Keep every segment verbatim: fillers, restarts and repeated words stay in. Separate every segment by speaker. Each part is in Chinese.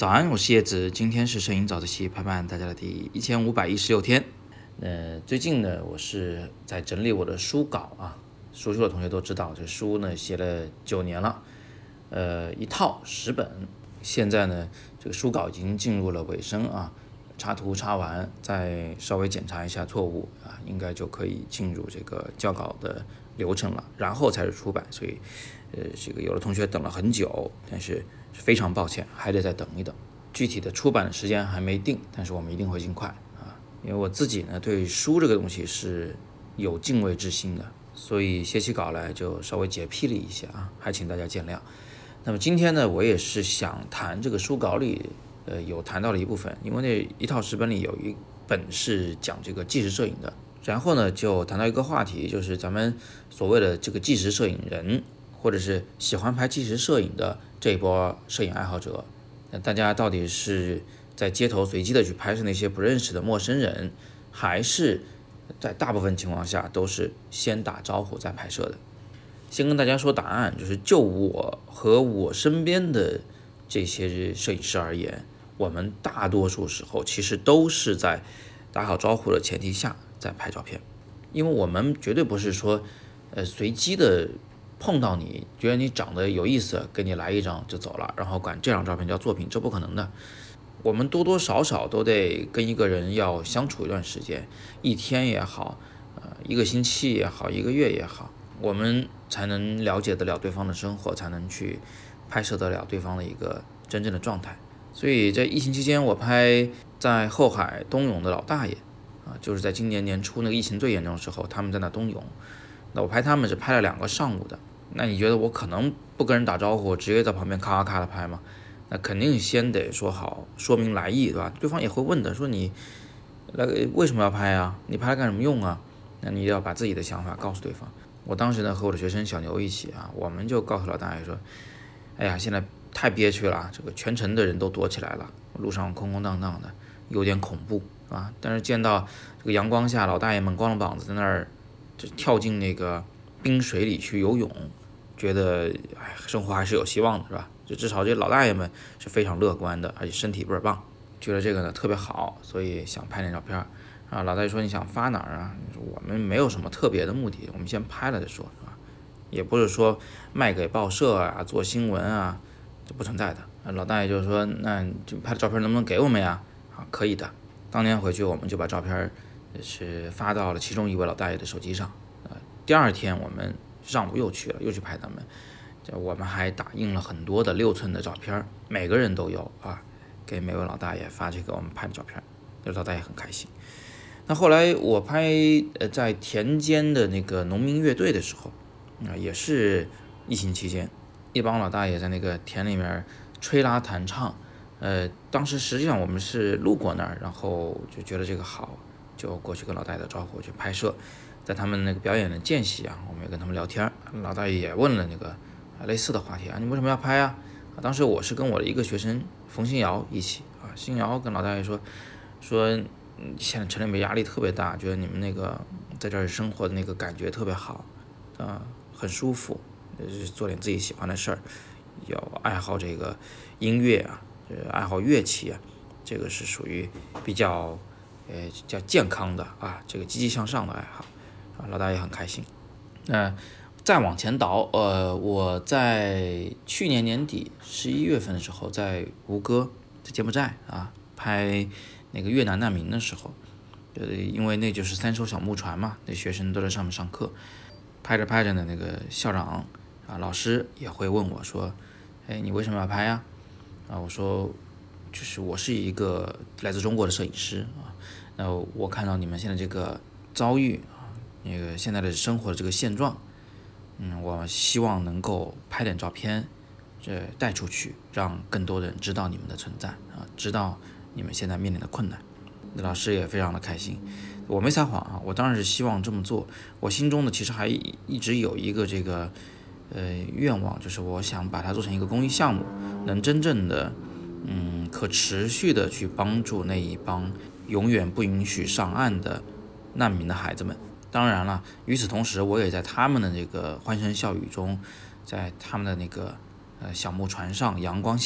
Speaker 1: 早安，我是叶子，今天是摄影早自习陪伴大家的第一千五百一十六天。呃，最近呢，我是在整理我的书稿啊。熟悉的同学都知道，这书呢写了九年了，呃，一套十本。现在呢，这个书稿已经进入了尾声啊，插图插完，再稍微检查一下错误啊，应该就可以进入这个校稿的流程了，然后才是出版。所以，呃，这个有的同学等了很久，但是非常抱歉，还得再等一等。具体的出版的时间还没定，但是我们一定会尽快啊。因为我自己呢对书这个东西是有敬畏之心的，所以写起稿来就稍微洁癖了一些啊，还请大家见谅。那么今天呢，我也是想谈这个书稿里呃有谈到的一部分，因为那一套十本里有一本是讲这个纪实摄影的，然后呢就谈到一个话题，就是咱们所谓的这个纪实摄影人，或者是喜欢拍纪实摄影的这一波摄影爱好者，那大家到底是在街头随机的去拍摄那些不认识的陌生人，还是在大部分情况下都是先打招呼再拍摄的？先跟大家说答案，就是就我和我身边的这些摄影师而言，我们大多数时候其实都是在打好招呼的前提下在拍照片，因为我们绝对不是说呃随机的碰到你，觉得你长得有意思，给你来一张就走了，然后管这张照片叫作品，这不可能的。我们多多少少都得跟一个人要相处一段时间，一天也好，呃，一个星期也好，一个月也好，我们才能了解得了对方的生活，才能去拍摄得了对方的一个真正的状态。所以在疫情期间，我拍在后海冬泳的老大爷啊，就是在今年年初那个疫情最严重的时候，他们在那冬泳，那我拍他们是拍了两个上午的。那你觉得我可能不跟人打招呼，直接在旁边咔咔咔的拍吗？那肯定先得说好，说明来意，对吧？对方也会问的，说你来为什么要拍啊？你拍干什么用啊？那你要把自己的想法告诉对方。我当时呢和我的学生小牛一起啊，我们就告诉老大爷说，哎呀，现在太憋屈了，这个全城的人都躲起来了，路上空空荡荡的，有点恐怖啊。但是见到这个阳光下，老大爷们光着膀子在那儿就跳进那个冰水里去游泳，觉得哎，生活还是有希望的，是吧？就至少这老大爷们是非常乐观的，而且身体倍儿棒，觉得这个呢特别好，所以想拍点照片啊。老大爷说你想发哪儿啊？我们没有什么特别的目的，我们先拍了再说，是吧？也不是说卖给报社啊、做新闻啊，这不存在的。老大爷就说，那就拍的照片能不能给我们呀？啊，可以的。当天回去我们就把照片是发到了其中一位老大爷的手机上。呃，第二天我们上午又去了，又去拍他们。我们还打印了很多的六寸的照片，每个人都有啊，给每位老大爷发这个我们拍的照片，这老大爷很开心。那后来我拍呃在田间的那个农民乐队的时候，啊、呃、也是疫情期间，一帮老大爷在那个田里面吹拉弹唱，呃，当时实际上我们是路过那儿，然后就觉得这个好，就过去跟老大爷打招呼去拍摄。在他们那个表演的间隙啊，我们也跟他们聊天，老大爷也问了那个类似的话题啊，你为什么要拍啊？啊，当时我是跟我的一个学生冯新瑶一起啊，新瑶跟老大爷说说，现在城里面压力特别大，觉得你们那个在这儿生活的那个感觉特别好，啊，很舒服，做点自己喜欢的事儿，有爱好这个音乐啊，爱好乐器啊，这个是属于比较呃叫健康的啊，这个积极向上的爱好啊，老大爷很开心。那、呃再往前倒，呃，我在去年年底十一月份的时候，在吴哥，在柬埔寨啊，拍那个越南难民的时候，呃，因为那就是三艘小木船嘛，那学生都在上面上课，拍着拍着呢，那个校长啊，老师也会问我说，哎，你为什么要拍呀？啊，我说，就是我是一个来自中国的摄影师啊，那我看到你们现在这个遭遇啊，那个现在的生活的这个现状。嗯，我希望能够拍点照片，这带出去，让更多的人知道你们的存在啊，知道你们现在面临的困难。老师也非常的开心，我没撒谎啊，我当然是希望这么做。我心中呢，其实还一直有一个这个呃愿望，就是我想把它做成一个公益项目，能真正的嗯可持续的去帮助那一帮永远不允许上岸的难民的孩子们。当然了，与此同时，我也在他们的这个欢声笑语中，在他们的那个呃小木船上阳光下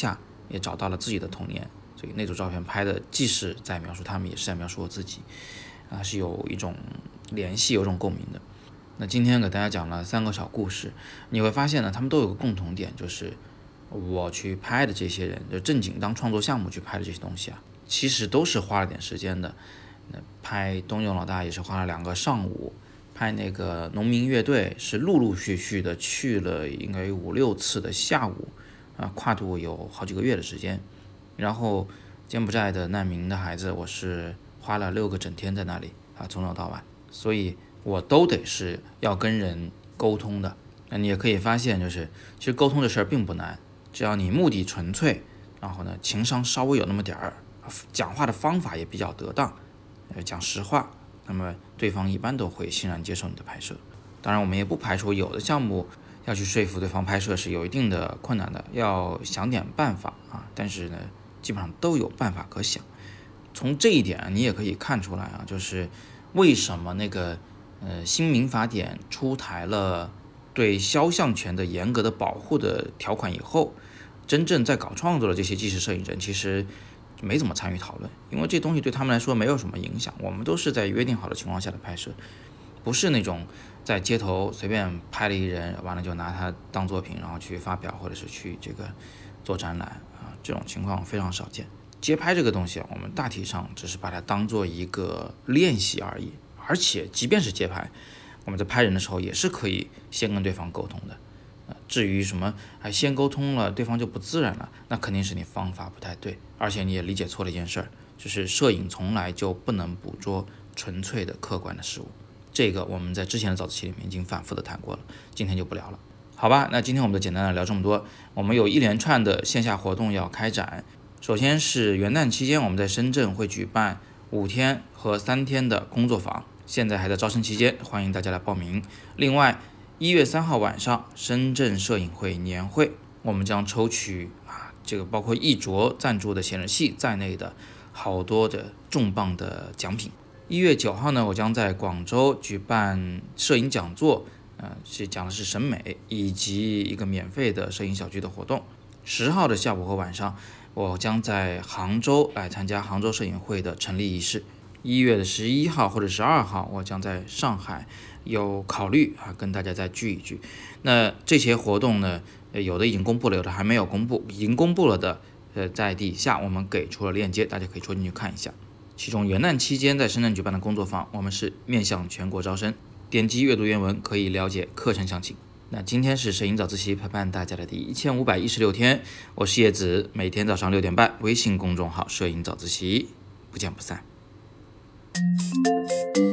Speaker 1: 也找到了自己的童年。所以那组照片拍的既是在描述他们，也是在描述我自己，啊，是有一种联系，有一种共鸣的。那今天给大家讲了三个小故事，你会发现呢，他们都有个共同点，就是我去拍的这些人，就正经当创作项目去拍的这些东西啊，其实都是花了点时间的。那拍东勇老大也是花了两个上午，拍那个农民乐队是陆陆续续的去了应该五六次的下午，啊，跨度有好几个月的时间。然后柬埔寨的难民的孩子，我是花了六个整天在那里啊，从早到晚，所以我都得是要跟人沟通的。那你也可以发现，就是其实沟通这事儿并不难，只要你目的纯粹，然后呢情商稍微有那么点儿，讲话的方法也比较得当，讲实话，那么对方一般都会欣然接受你的拍摄。当然我们也不排除有的项目要去说服对方拍摄是有一定的困难的，要想点办法啊，但是呢基本上都有办法可想。从这一点你也可以看出来啊，就是为什么那个呃新民法典出台了对肖像权的严格的保护的条款以后，真正在搞创作的这些纪实摄影人其实没怎么参与讨论，因为这东西对他们来说没有什么影响，我们都是在约定好的情况下的拍摄，不是那种在街头随便拍了一人，完了就拿它当作品然后去发表或者是去这个做展览啊，这种情况非常少见。街拍这个东西啊，我们大体上只是把它当做一个练习而已，而且即便是街拍，我们在拍人的时候也是可以先跟对方沟通的。至于什么还先沟通了对方就不自然了，那肯定是你方法不太对，而且你也理解错了一件事儿，就是摄影从来就不能捕捉纯粹的客观的事物。这个我们在之前的早自习里面已经反复的谈过了，今天就不聊了。好吧，那今天我们就简单的聊这么多。我们有一连串的线下活动要开展，首先是元旦期间我们在深圳会举办五天和三天的工作坊，现在还在招生期间，欢迎大家来报名。另外一月三号晚上深圳摄影会年会，我们将抽取啊，这个包括一卓赞助的显示器在内的好多的重磅的奖品。一月九号呢，我将在广州举办摄影讲座，呃，是讲的是审美以及一个免费的摄影小聚的活动。十号的下午和晚上，我将在杭州来参加杭州摄影会的成立仪式。一月的十一号或者十二号，我将在上海有考虑啊，跟大家再聚一聚。那这些活动呢，有的已经公布了，有的还没有公布。已经公布了的，呃，在底下我们给出了链接，大家可以戳进去看一下。其中元旦期间在深圳举办的工作坊，我们是面向全国招生，点击阅读原文可以了解课程详情。那今天是摄影早自习陪伴大家的第一千五百一十六天，我是叶子，每天早上六点半，微信公众号摄影早自习，不见不散。